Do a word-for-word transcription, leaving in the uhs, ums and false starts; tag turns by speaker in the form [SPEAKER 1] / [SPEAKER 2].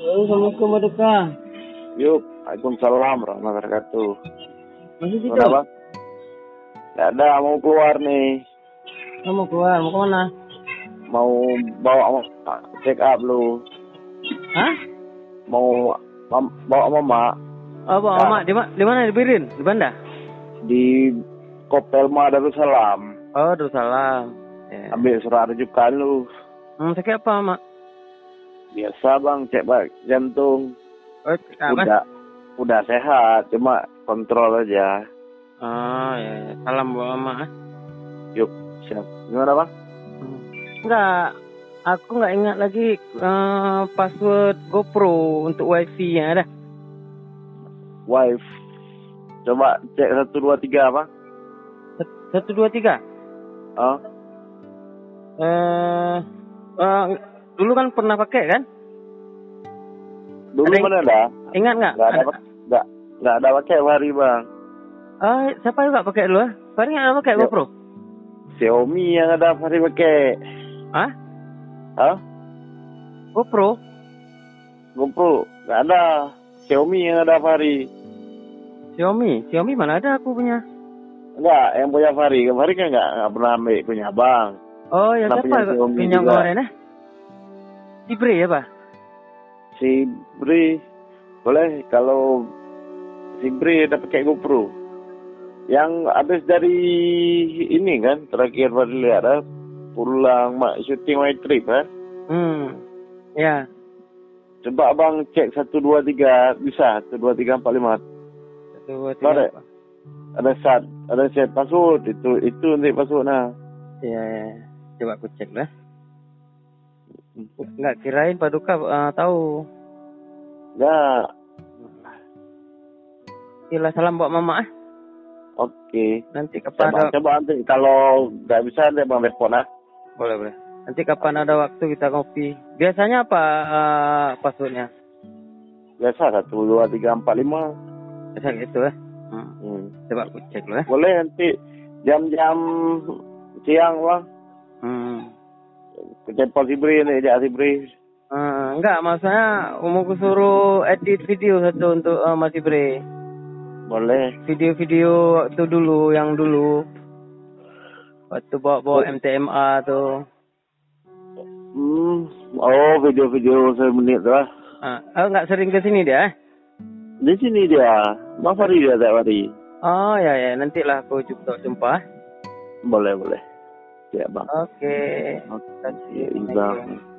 [SPEAKER 1] Assalamualaikum Baduka.
[SPEAKER 2] Yuk, Waalaikumsalam warahmatullahi wabarakatuh.
[SPEAKER 1] Masih tidur?
[SPEAKER 2] Kenapa? Gak ada, mau keluar nih.
[SPEAKER 1] Kamu keluar, mau kemana?
[SPEAKER 2] Mau bawa check up lu.
[SPEAKER 1] Hah?
[SPEAKER 2] Mau mam, bawa mama.
[SPEAKER 1] Oh, bawa
[SPEAKER 2] Nah.
[SPEAKER 1] mama. Di, ma- di mana? Di Birin? Di Banda?
[SPEAKER 2] Di Kopelma Darussalam.
[SPEAKER 1] Oh, Darussalam. Ya.
[SPEAKER 2] Ambil surat rujukan lu.
[SPEAKER 1] Hmm, sakit apa, Mak?
[SPEAKER 2] Biasa bang, cek bak jantung.
[SPEAKER 1] Oh, apa?
[SPEAKER 2] Udah, udah sehat, cuma kontrol aja.
[SPEAKER 1] Oh, ya, ya. Salam buat mama.
[SPEAKER 2] Yuk, siap. Gimana bang?
[SPEAKER 1] Hmm. Enggak. Aku nggak ingat lagi uh, password GoPro untuk wifi yang ada.
[SPEAKER 2] Wife. Coba cek satu dua tiga bang.
[SPEAKER 1] Satu dua tiga.
[SPEAKER 2] Oh.
[SPEAKER 1] Eh, uh, dulu kan pernah pakai kan?
[SPEAKER 2] Dulu
[SPEAKER 1] Ada yang-
[SPEAKER 2] mana ada?
[SPEAKER 1] Ingat nggak?
[SPEAKER 2] Nggak ada, nggak, nggak ada pakai hari bang.
[SPEAKER 1] Ah, siapa juga pakai dulu? Fahri nggak ada pakai
[SPEAKER 2] Yo.
[SPEAKER 1] GoPro?
[SPEAKER 2] Xiaomi yang ada hari pakai.
[SPEAKER 1] Hah?
[SPEAKER 2] Hah?
[SPEAKER 1] GoPro?
[SPEAKER 2] GoPro nggak ada. Xiaomi yang ada hari.
[SPEAKER 1] Xiaomi? Xiaomi mana ada aku punya?
[SPEAKER 2] Enggak, yang punya Fahri. Fahri kan nggak nggak pernah ambil punya abang.
[SPEAKER 1] Oh, ya
[SPEAKER 2] Pernah
[SPEAKER 1] siapa
[SPEAKER 2] punya Xiaomi
[SPEAKER 1] pinjam
[SPEAKER 2] juga.
[SPEAKER 1] kemarin eh? Ibre ya, Pak?
[SPEAKER 2] Si Bri boleh kalau si Bri ada pakai GoPro. Yang habis dari ini kan terakhir Fahri lihat ah, pulang mak syuting my trip kan.
[SPEAKER 1] Hmm. Ya.
[SPEAKER 2] Coba abang cek satu dua tiga bisa satu dua tiga empat lima.
[SPEAKER 1] Satu, dua,
[SPEAKER 2] Boleh.
[SPEAKER 1] tiga.
[SPEAKER 2] Ada set, ada set password itu itu nanti password nah.
[SPEAKER 1] Ya, ya. Coba aku cek lah. Nggak kirain Paduka uh, tahu.
[SPEAKER 2] Enggak.
[SPEAKER 1] Gila, salam buat mama ah.
[SPEAKER 2] Oke.
[SPEAKER 1] Nanti kapan
[SPEAKER 2] Coba,
[SPEAKER 1] ada...
[SPEAKER 2] coba nanti kalau nggak bisa nanti bang telepon ah.
[SPEAKER 1] Boleh, boleh. Nanti kapan ada waktu kita ngopi. Biasanya apa uh, passwordnya?
[SPEAKER 2] Biasa satu dua tiga empat lima.
[SPEAKER 1] Biasa gitu ya. Hmm.
[SPEAKER 2] Hmm.
[SPEAKER 1] Coba aku cek lah.
[SPEAKER 2] Boleh nanti jam-jam siang bang.
[SPEAKER 1] Hmm.
[SPEAKER 2] Kecepatan si Bri nih, jak si Bri.
[SPEAKER 1] Uh, enggak, maksudnya mau aku suruh edit video satu untuk uh, Mas Ibre.
[SPEAKER 2] Boleh.
[SPEAKER 1] Video-video waktu dulu, yang dulu. Waktu bawa-bawa
[SPEAKER 2] Oh.
[SPEAKER 1] M T M A tuh.
[SPEAKER 2] Hmm. Oh, video-video semenit lah.
[SPEAKER 1] Uh, oh, enggak sering ke sini dia eh?
[SPEAKER 2] Di sini dia. Bang Fahri dia tak Fahri.
[SPEAKER 1] Oh, ya, ya. Nantilah aku jumpa. jumpa.
[SPEAKER 2] Boleh, boleh. Siap bang.
[SPEAKER 1] Oke.
[SPEAKER 2] Oke.
[SPEAKER 1] Terima kasih.
[SPEAKER 2] Bang.